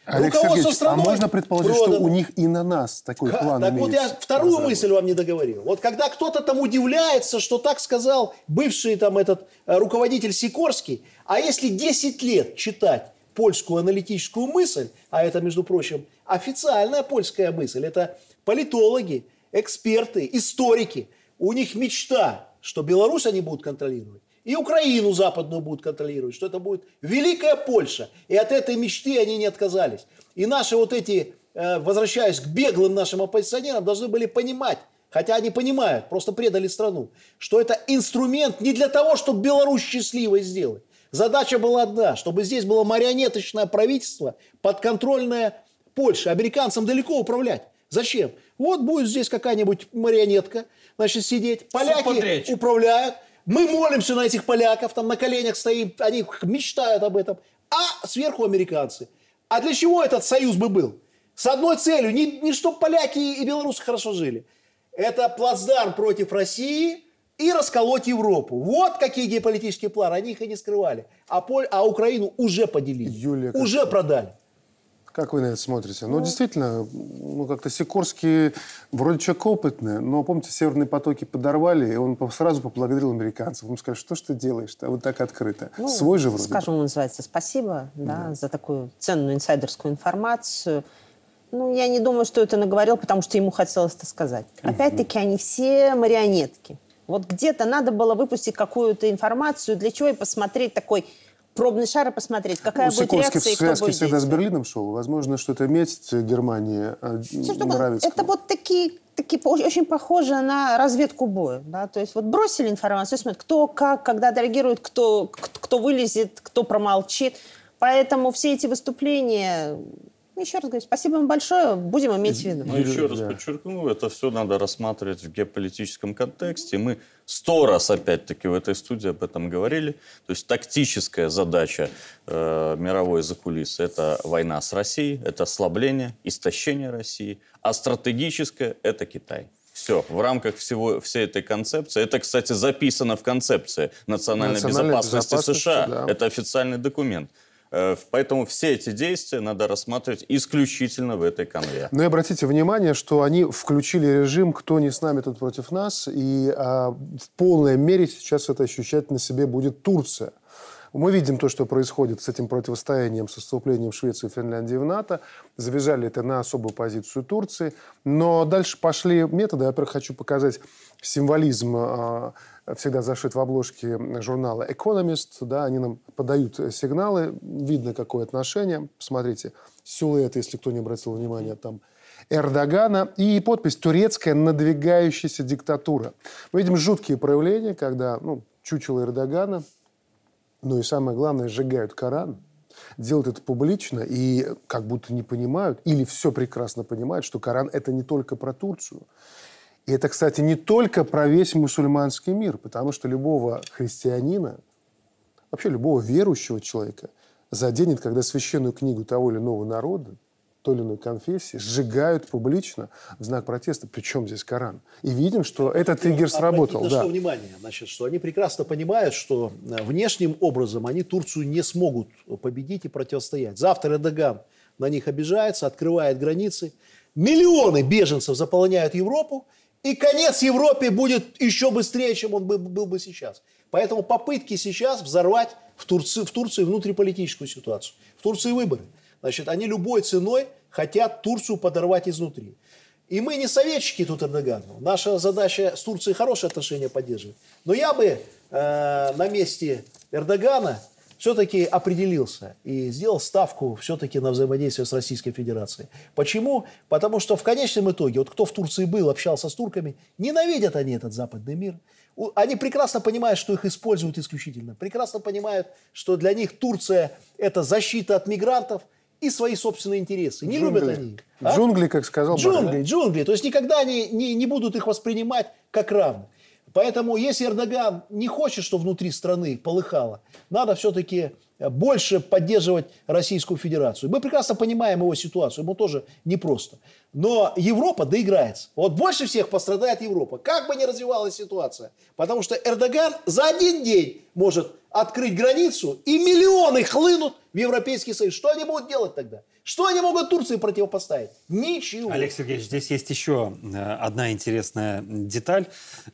Олег Сергеевич, а можно предположить, что у них и на нас такой план Так имеется? вот я вторую мысль вам не договорил. Вот когда кто-то там удивляется, что так сказал бывший там этот руководитель Сикорский, а если 10 лет читать польскую аналитическую мысль, а это, между прочим, официальная польская мысль, это политологи, эксперты, историки, у них мечта, что Беларусь они будут контролировать, и Украину западную будут контролировать, что это будет Великая Польша. И от этой мечты они не отказались. И наши вот эти, возвращаясь к беглым нашим оппозиционерам, должны были понимать, хотя они понимают, просто предали страну, что это инструмент не для того, чтобы Беларусь счастливой сделать. Задача была одна, чтобы здесь было марионеточное правительство, подконтрольное Польше. Американцам далеко управлять. Зачем? Вот будет здесь какая-нибудь марионетка, значит, сидеть. Поляки управляют. Мы молимся на этих поляков, там на коленях стоим, они мечтают об этом. А сверху американцы. А для чего этот союз бы был? С одной целью, не чтобы поляки и белорусы хорошо жили. Это плацдарм против России и расколоть Европу. Вот какие геополитические планы. Они их и не скрывали. А Украину уже поделили. Юлия, уже продали. Как вы на это смотрите? Ну, действительно, как-то Сикорский вроде человек опытный, но, помните, «Северные потоки» подорвали, и он сразу поблагодарил американцев. Он сказал, что ж ты делаешь-то вот так открыто? Свой же вроде. Скажем, называется, спасибо за такую ценную инсайдерскую информацию. Я не думаю, что это наговорил, потому что ему хотелось это сказать. Опять-таки, они все марионетки. Вот где-то надо было выпустить какую-то информацию, для чего и посмотреть такой пробный шар и посмотреть, какая будет реакция и кто будет Сикорский всегда с действовать. Берлином шел. Возможно, что это месть Германии Моравицкому. Это вот такие очень похоже на разведку боя. Да? То есть вот бросили информацию, смотрят, кто как, когда отреагирует, кто вылезет, кто промолчит. Поэтому все эти выступления... Еще раз говорю, спасибо вам большое, будем иметь в виду. Еще раз подчеркну, это все надо рассматривать в геополитическом контексте. Мы 100 раз, опять-таки, в этой студии об этом говорили. То есть тактическая задача мировой закулисы – это война с Россией, это ослабление, истощение России. А стратегическая – это Китай. Все, в рамках всей этой концепции. Это, кстати, записано в концепции национальной безопасности США. Да. Это официальный документ. Поэтому все эти действия надо рассматривать исключительно в этой канве. Но и обратите внимание, что они включили режим «кто не с нами, тот против нас», и в полной мере сейчас это ощущать на себе будет Турция. Мы видим то, что происходит с этим противостоянием, со вступлением Швеции и Финляндии в НАТО. Завязали это на особую позицию Турции. Но дальше пошли методы. Во-первых, хочу показать символизм, всегда зашит в обложке журнала «Economist». Да, они нам подают сигналы. Видно, какое отношение. Посмотрите, силуэт, если кто не обратил внимания, там Эрдогана. И подпись «Турецкая надвигающаяся диктатура». Мы видим жуткие проявления, когда чучело Эрдогана, и самое главное, сжигают Коран, делают это публично и как будто не понимают, или все прекрасно понимают, что Коран – это не только про Турцию. И это, кстати, не только про весь мусульманский мир, потому что любого христианина, вообще любого верующего человека заденет, когда священную книгу того или иного народа, той или иной конфессии сжигают публично в знак протеста. Причем здесь Коран? И видим, что этот триггер сработал. Что внимание, что они прекрасно понимают, что внешним образом они Турцию не смогут победить и противостоять. Завтра Эрдоган на них обижается, открывает границы. Миллионы беженцев заполоняют Европу. И конец Европе будет еще быстрее, чем он был бы сейчас. Поэтому попытки сейчас взорвать в Турции внутриполитическую ситуацию. В Турции выборы. Значит, они любой ценой хотят Турцию подорвать изнутри. И мы не советчики тут Эрдогану. Наша задача с Турцией хорошие отношения поддерживать. Но я бы на месте Эрдогана все-таки определился и сделал ставку все-таки на взаимодействие с Российской Федерацией. Почему? Потому что в конечном итоге, кто в Турции был, общался с турками, ненавидят они этот западный мир. Они прекрасно понимают, что их используют исключительно. Прекрасно понимают, что для них Турция – это защита от мигрантов и свои собственные интересы. Не любят они их. Джунгли, как сказал Барель. Джунгли. То есть никогда они не будут их воспринимать как равных. Поэтому, если Эрдоган не хочет, чтобы внутри страны полыхало, надо все-таки больше поддерживать Российскую Федерацию. Мы прекрасно понимаем его ситуацию, ему тоже непросто. Но Европа доиграется. Вот больше всех пострадает Европа. Как бы ни развивалась ситуация. Потому что Эрдоган за один день может открыть границу, и миллионы хлынут в Европейский Союз. Что они будут делать тогда? Что они могут Турции противопоставить? Ничего. Олег Сергеевич, здесь есть еще одна интересная деталь.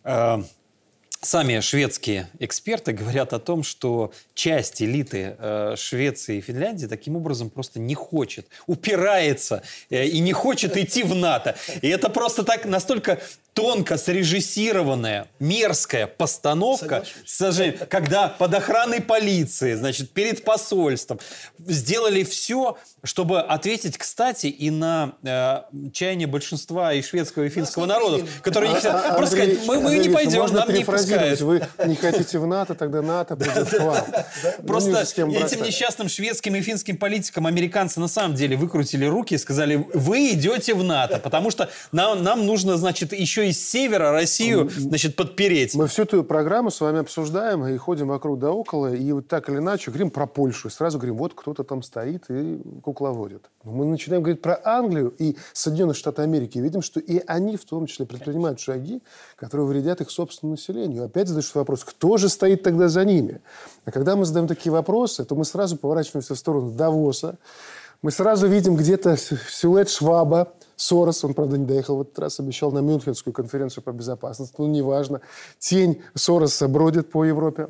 Сами шведские эксперты говорят о том, что часть элиты Швеции и Финляндии таким образом просто не хочет, упирается и не хочет идти в НАТО. И это просто так настолько тонко срежиссированная, мерзкая постановка, когда под охраной полиции, значит, перед посольством сделали все, чтобы ответить, кстати, и на чаяние большинства и шведского, и финского народов, которые не хотят просто сказать, мы не пойдем, нам не пускают. Вы не хотите в НАТО, тогда НАТО придет к вам. Просто этим несчастным шведским и финским политикам американцы на самом деле выкрутили руки и сказали, вы идете в НАТО, потому что нам нужно, значит, еще из севера Россию, значит, подпереть. Мы всю эту программу с вами обсуждаем и ходим вокруг да около, и вот так или иначе говорим про Польшу. И сразу говорим, вот кто-то там стоит и кукловодит. Мы начинаем говорить про Англию и Соединенные Штаты Америки. И видим, что и они в том числе предпринимают шаги, которые вредят их собственному населению. Опять задают вопрос, кто же стоит тогда за ними? А когда мы задаем такие вопросы, то мы сразу поворачиваемся в сторону Давоса. Мы сразу видим где-то силуэт Шваба, Сорос, он, правда, не доехал в этот раз, обещал на Мюнхенскую конференцию по безопасности, но неважно. Тень Сороса бродит по Европе.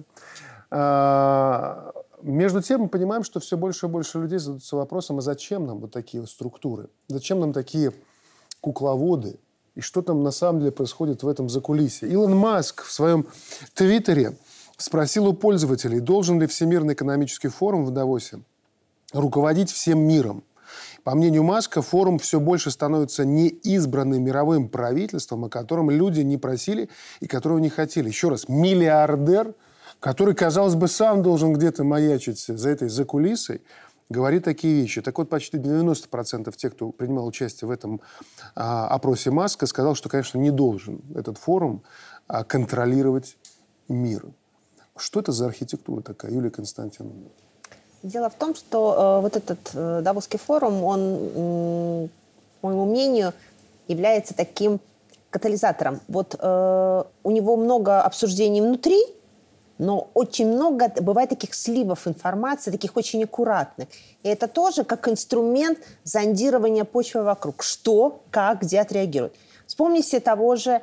Между тем мы понимаем, что все больше и больше людей задаются вопросом, а зачем нам вот такие вот структуры? Зачем нам такие кукловоды? И что там на самом деле происходит в этом закулисье? Илон Маск в своем твиттере спросил у пользователей, должен ли Всемирный экономический форум в Давосе руководить всем миром. По мнению Маска, форум все больше становится неизбранным мировым правительством, о котором люди не просили и которого не хотели. Еще раз, миллиардер, который, казалось бы, сам должен где-то маячить за этой закулисой, говорит такие вещи. Так вот, почти 90% тех, кто принимал участие в этом опросе Маска, сказал, что, конечно, не должен этот форум контролировать мир. Что это за архитектура такая, Юлия Константиновна? Дело в том, что вот этот Давосский форум, он, по моему мнению, является таким катализатором. Вот у него много обсуждений внутри, но очень много бывает таких сливов информации, таких очень аккуратных. И это тоже как инструмент зондирования почвы вокруг. Что, как, где отреагируют. Вспомните того же...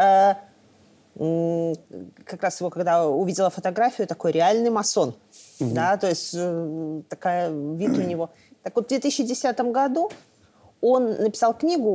как раз его, когда увидела фотографию, такой реальный масон. Да, то есть такая вид у него. Так вот, в 2010 году он написал книгу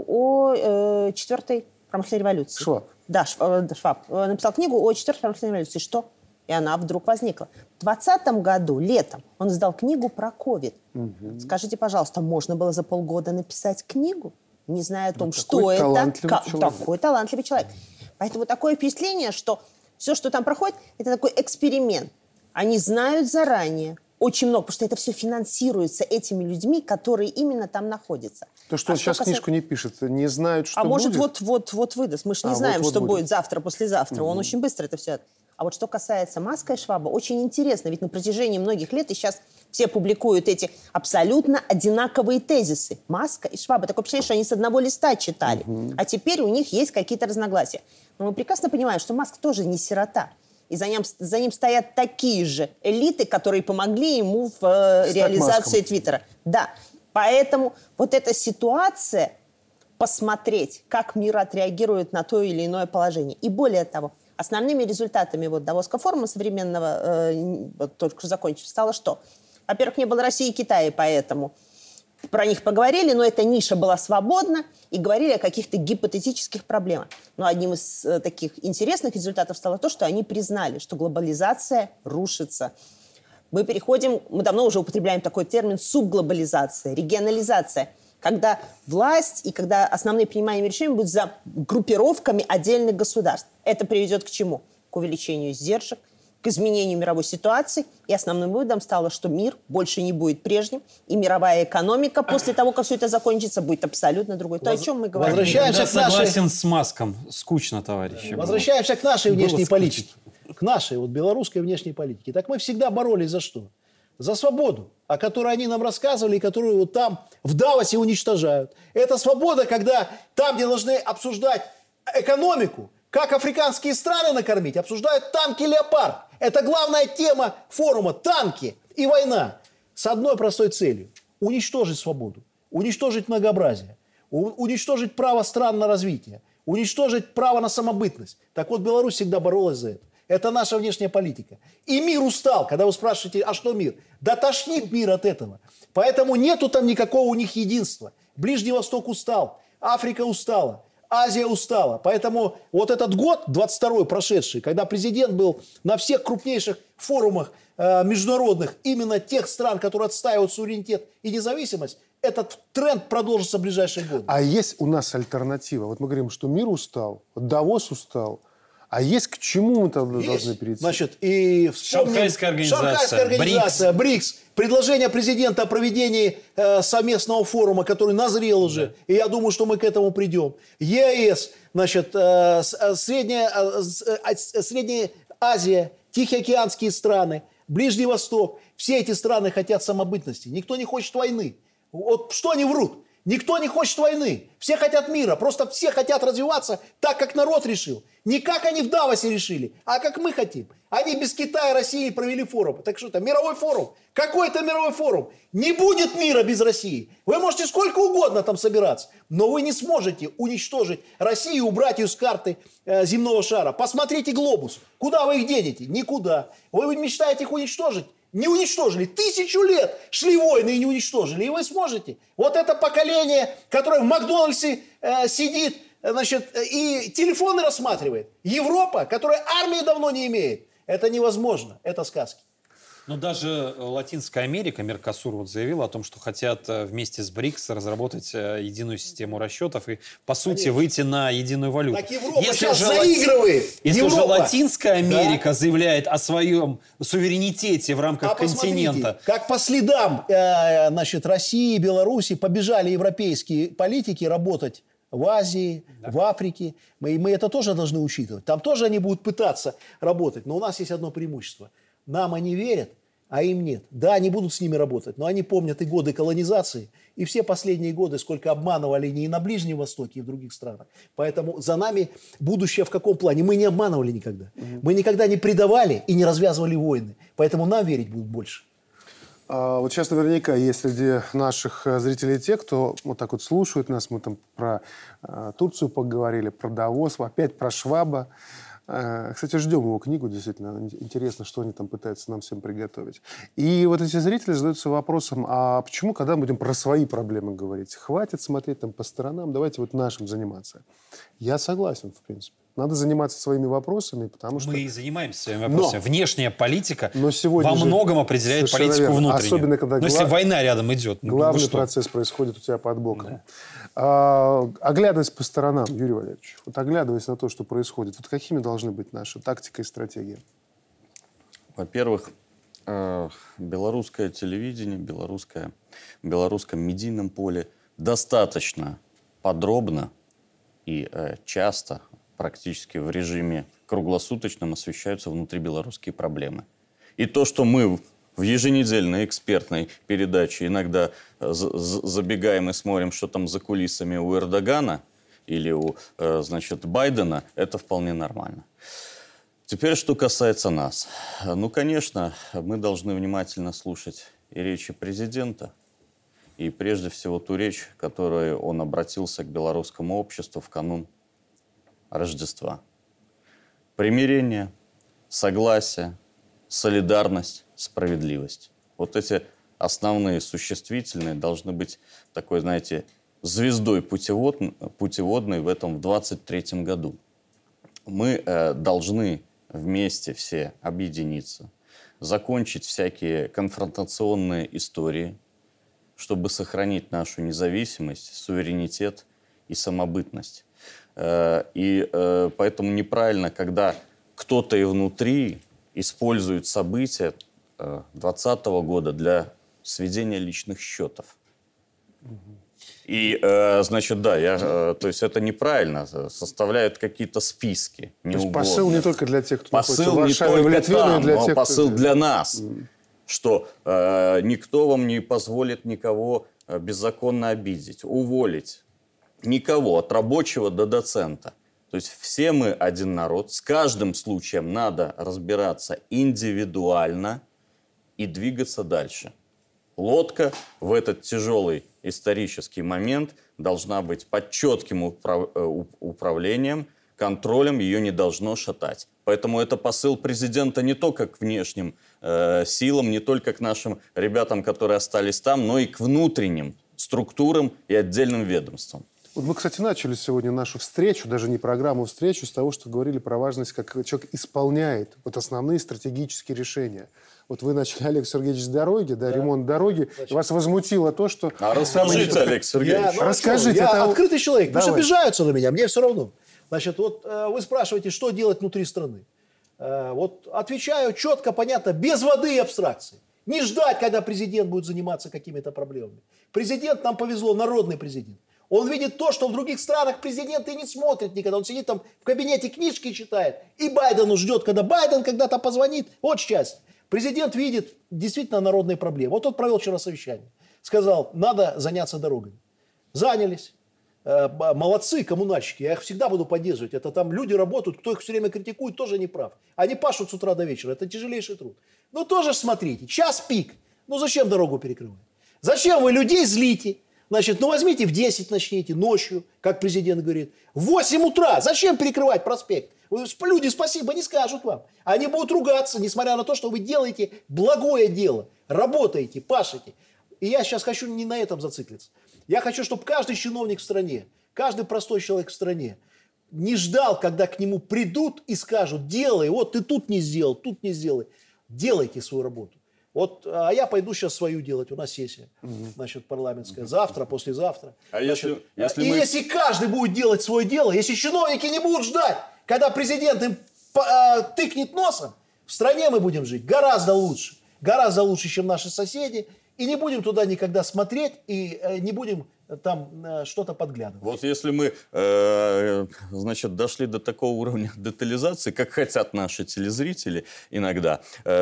о 4-й промышленной революции. Шваб. Да, Шваб. Написал книгу о 4-й промышленной революции. Что? И она вдруг возникла. В 2020 году, летом, он издал книгу про ковид. Скажите, пожалуйста, можно было за полгода написать книгу, не зная о том, что это? Такой талантливый человек. Поэтому такое впечатление, что все, что там проходит, это такой эксперимент. Они знают заранее очень много, потому что это все финансируется этими людьми, которые именно там находятся. То, что он сейчас книжку не пишет, не знают, что будет? А может, вот выдаст. Мы же не знаем, что будет завтра, послезавтра. Он очень быстро это все... А вот что касается Маска и Шваба, очень интересно, ведь на протяжении многих лет, и сейчас все публикуют эти абсолютно одинаковые тезисы. Маска и Шваба. Такое впечатление, что они с одного листа читали. А теперь у них есть какие-то разногласия. Но мы прекрасно понимаем, что Маск тоже не сирота. И за ним стоят такие же элиты, которые помогли ему в реализации Твиттера. Да. Поэтому вот эта ситуация, посмотреть, как мир отреагирует на то или иное положение. И более того, основными результатами вот Давосского форума современного, только что закончив, стало что? Во-первых, не было России и Китая, поэтому про них поговорили, но эта ниша была свободна, и говорили о каких-то гипотетических проблемах. Но одним из таких интересных результатов стало то, что они признали, что глобализация рушится. Мы давно уже употребляем такой термин субглобализация, регионализация, когда власть и когда основные принимаемые решения будут за группировками отдельных государств. Это приведет к чему? К увеличению издержек, к изменению мировой ситуации. И основным выводом стало, что мир больше не будет прежним, и мировая экономика после того, как все это закончится, будет абсолютно другой. То, о чем мы говорим. Возвращаемся к согласен с Маском. Скучно, товарищи. Возвращаемся к нашей внешней политике. К нашей, белорусской внешней политике. Так мы всегда боролись за что? За свободу, о которой они нам рассказывали и которую вот там в Давосе уничтожают. Это свобода, когда там, где должны обсуждать экономику, как африканские страны накормить, обсуждают танки «Леопард». Это главная тема форума – танки и война. С одной простой целью – уничтожить свободу, уничтожить многообразие, уничтожить право стран на развитие, уничтожить право на самобытность. Так вот, Беларусь всегда боролась за это. Это наша внешняя политика. И мир устал. Когда вы спрашиваете, а что мир? Да тошнит мир от этого. Поэтому нету там никакого у них единства. Ближний Восток устал, Африка устала, Азия устала. Поэтому вот этот год, 22-й прошедший, когда президент был на всех крупнейших форумах международных, именно тех стран, которые отстаивают суверенитет и независимость, этот тренд продолжится в ближайшие годы. А есть у нас альтернатива? Вот мы говорим, что мир устал, Давос устал. А есть к чему мы тогда должны перейти? Значит, и Шанхайская организация, БРИКС. Предложение президента о проведении совместного форума, который назрел уже. И я думаю, что мы к этому придем. ЕАЭС, значит, Средняя Азия, Тихоокеанские страны, Ближний Восток. Все эти страны хотят самобытности. Никто не хочет войны. Вот что они врут? Никто не хочет войны. Все хотят мира. Просто все хотят развиваться так, как народ решил. Не как они в Давосе решили, а как мы хотим. Они без Китая и России провели форум. Так что это мировой форум. Какой это мировой форум? Не будет мира без России. Вы можете сколько угодно там собираться, но вы не сможете уничтожить Россию и убрать ее с карты земного шара. Посмотрите глобус. Куда вы их денете? Никуда. Вы мечтаете их уничтожить? Не уничтожили. 1000 лет шли войны и не уничтожили. И вы сможете. Вот это поколение, которое в Макдональдсе сидит, значит, и телефоны рассматривает. Европа, которая армии давно не имеет. Это невозможно. Это сказки. Но даже Латинская Америка, Меркосур, вот заявила о том, что хотят вместе с БРИКС разработать единую систему расчетов и, по сути, выйти на единую валюту. Так Европа сейчас заигрывает. Если уже Латинская Америка заявляет о своем суверенитете в рамках континента. Как по следам значит, России и Беларуси побежали европейские политики работать в Азии, в Африке. Мы это тоже должны учитывать. Там тоже они будут пытаться работать. Но у нас есть одно преимущество. Нам они верят, а им нет. Да, они будут с ними работать, но они помнят и годы колонизации, и все последние годы, сколько обманывали не и на Ближнем Востоке, и в других странах. Поэтому за нами будущее в каком плане? Мы не обманывали никогда. Мы никогда не предавали и не развязывали войны. Поэтому нам верить будут больше. Вот сейчас наверняка есть среди наших зрителей те, кто вот так вот слушают нас. Мы там про Турцию поговорили, про Давос, опять про Шваба. Кстати, ждем его книгу, действительно. Интересно, что они там пытаются нам всем приготовить. И вот эти зрители задаются вопросом, а почему, когда мы будем про свои проблемы говорить? Хватит смотреть там по сторонам, давайте вот нашим заниматься. Я согласен, в принципе. Надо заниматься своими вопросами, потому что... Мы и занимаемся своими вопросами. Внешняя политика во многом определяет политику внутреннюю. Особенно, когда если война рядом идет. Главный процесс происходит у тебя под боком. Да. Оглядываясь по сторонам, Юрий Валерьевич, вот оглядываясь на то, что происходит, вот какими должны быть наши тактика и стратегия? Во-первых, белорусское телевидение, в белорусском медийном поле достаточно подробно и часто, практически в режиме круглосуточном, освещаются внутрибелорусские проблемы. И то, что мы в еженедельной экспертной передаче иногда забегаем и смотрим, что там за кулисами у Эрдогана или у, значит, Байдена, это вполне нормально. Теперь, что касается нас. Ну, конечно, мы должны внимательно слушать и речи президента, и прежде всего ту речь, которой он обратился к белорусскому обществу в канун Рождества. Примирение, согласие, солидарность, справедливость. Вот эти основные существительные должны быть такой, знаете, звездой путеводной в этом в 23-м году. Мы должны вместе все объединиться, закончить всякие конфронтационные истории, чтобы сохранить нашу независимость, суверенитет и самобытность. И поэтому неправильно, когда кто-то и внутри использует события 2020 года для сведения личных счетов. И, значит, да, то есть это неправильно, составляют какие-то списки. То есть посыл не только для тех, кто посыл находится в Варшаве, в Литве, но и для тех, посыл кто... для нас. что никто вам не позволит никого беззаконно обидеть, уволить. Никого, от рабочего до доцента. То есть все мы один народ. С каждым случаем надо разбираться индивидуально и двигаться дальше. Лодка в этот тяжелый исторический момент должна быть под четким управлением, контролем, ее не должно шатать. Поэтому это посыл президента не только к внешним силам, не только к нашим ребятам, которые остались там, но и к внутренним структурам и отдельным ведомствам. Вот мы, кстати, начали сегодня нашу встречу, даже не программу, встречу, с того, что говорили про важность, как человек исполняет вот основные стратегические решения. Вот вы начали, Олег Сергеевич, с дороги, да, ремонт дороги. Вас возмутило то, что... Расскажите, Олег Сергеевич. Расскажите. Я открытый человек, Давай. потому что обижаются на меня, мне все равно. Значит, вот вы спрашиваете, что делать внутри страны. Вот отвечаю четко, понятно, без воды и абстракций. Не ждать, когда президент будет заниматься какими-то проблемами. Президент, нам повезло, народный президент. Он видит то, что в других странах президенты не смотрят никогда. Он сидит там в кабинете, книжки читает. И Байдену ждет, когда Байден когда-то позвонит. Вот счастье. Президент видит действительно народные проблемы. Вот он провел вчера совещание. Сказал, надо заняться дорогами. Занялись. Молодцы коммунальщики. Я их всегда буду поддерживать. Это там люди работают, кто их все время критикует, тоже не прав. Они пашут с утра до вечера. Это тяжелейший труд. Ну тоже смотрите. Час пик. Ну зачем дорогу перекрывать? Зачем вы людей злите? Значит, ну возьмите в 10 начните, ночью, как президент говорит. В 8 утра. Зачем перекрывать проспект? Люди спасибо не скажут вам. Они будут ругаться, несмотря на то, что вы делаете благое дело. Работаете, пашете. И я сейчас хочу не на этом зациклиться. Я хочу, чтобы каждый чиновник в стране, каждый простой человек в стране не ждал, когда к нему придут и скажут, делай, вот ты тут не сделал, тут не сделай. Делайте свою работу. Вот, а я пойду сейчас свою делать, у нас сессия, значит, парламентская, завтра, послезавтра. А значит, если если каждый будет делать свое дело, если чиновники не будут ждать, когда президент им тыкнет носом, в стране мы будем жить гораздо лучше, чем наши соседи, и не будем туда никогда смотреть, и не будем там что-то подглядывать. Вот если мы, значит, дошли до такого уровня детализации, как хотят наши телезрители иногда,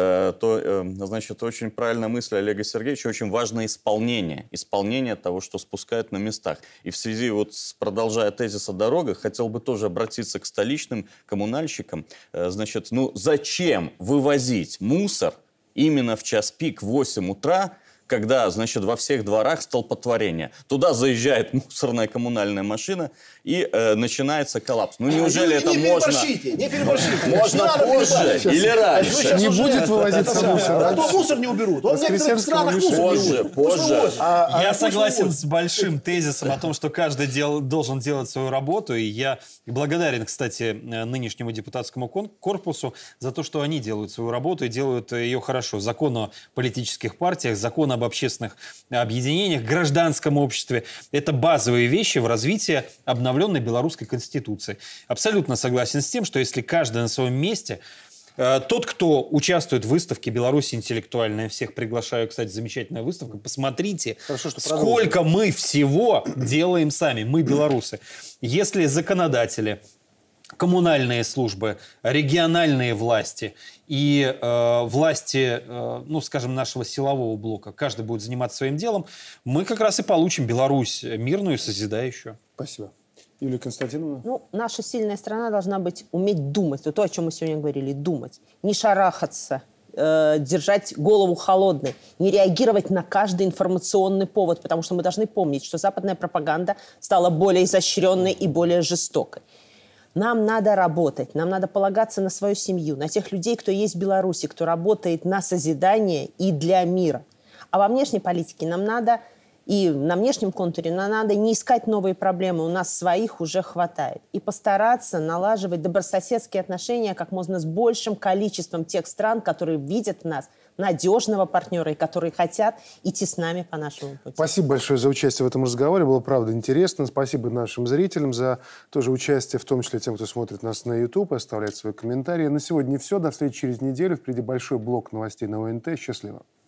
то, значит, очень правильная мысль Олега Сергеевича, очень важно исполнение того, что спускают на местах. И в связи, вот продолжая тезис о дорогах, хотел бы тоже обратиться к столичным коммунальщикам. Значит, ну зачем вывозить мусор именно в час пик в 8 утра, когда, значит, во всех дворах столпотворение. Туда заезжает мусорная коммунальная машина, и начинается коллапс. Ну, неужели это можно... Не переборщите. Можно позже или раньше? Не будет вывозиться мусор. А то мусор не уберут. Он в некоторых странах мусор не уберут. Позже. Я согласен с большим тезисом о том, что каждый должен делать свою работу. И я благодарен, кстати, нынешнему депутатскому корпусу за то, что они делают свою работу и делают ее хорошо. Закон о политических партиях, закон об общественных объединениях, гражданском обществе. Это базовые вещи в развитии обновленной белорусской конституции. Абсолютно согласен с тем, что если каждый на своем месте... Тот, кто участвует в выставке «Беларусь интеллектуальная», всех приглашаю, кстати, замечательная выставка, посмотрите, сколько мы всего делаем сами, мы белорусы. Если законодатели, коммунальные службы, региональные власти и власти, ну, скажем, нашего силового блока, каждый будет заниматься своим делом, мы как раз и получим Беларусь мирную и созидающую. Спасибо. Юлия Константиновна? Ну, наша сильная страна должна быть уметь думать. Вот то, о чем мы сегодня говорили, думать. Не шарахаться, держать голову холодной, не реагировать на каждый информационный повод, потому что мы должны помнить, что западная пропаганда стала более изощренной и более жестокой. Нам надо работать, нам надо полагаться на свою семью, на тех людей, кто есть в Беларуси, кто работает на созидание и для мира. А во внешней политике нам надо... И на внешнем контуре нам надо не искать новые проблемы, у нас своих уже хватает. И постараться налаживать добрососедские отношения как можно с большим количеством тех стран, которые видят в нас надежного партнера и которые хотят идти с нами по нашему пути. Спасибо большое за участие в этом разговоре. Было, правда, интересно. Спасибо нашим зрителям за тоже участие, в том числе тем, кто смотрит нас на YouTube, оставляет свои комментарии. На сегодня все. До встречи через неделю. Впереди большой блок новостей на ОНТ. Счастливо.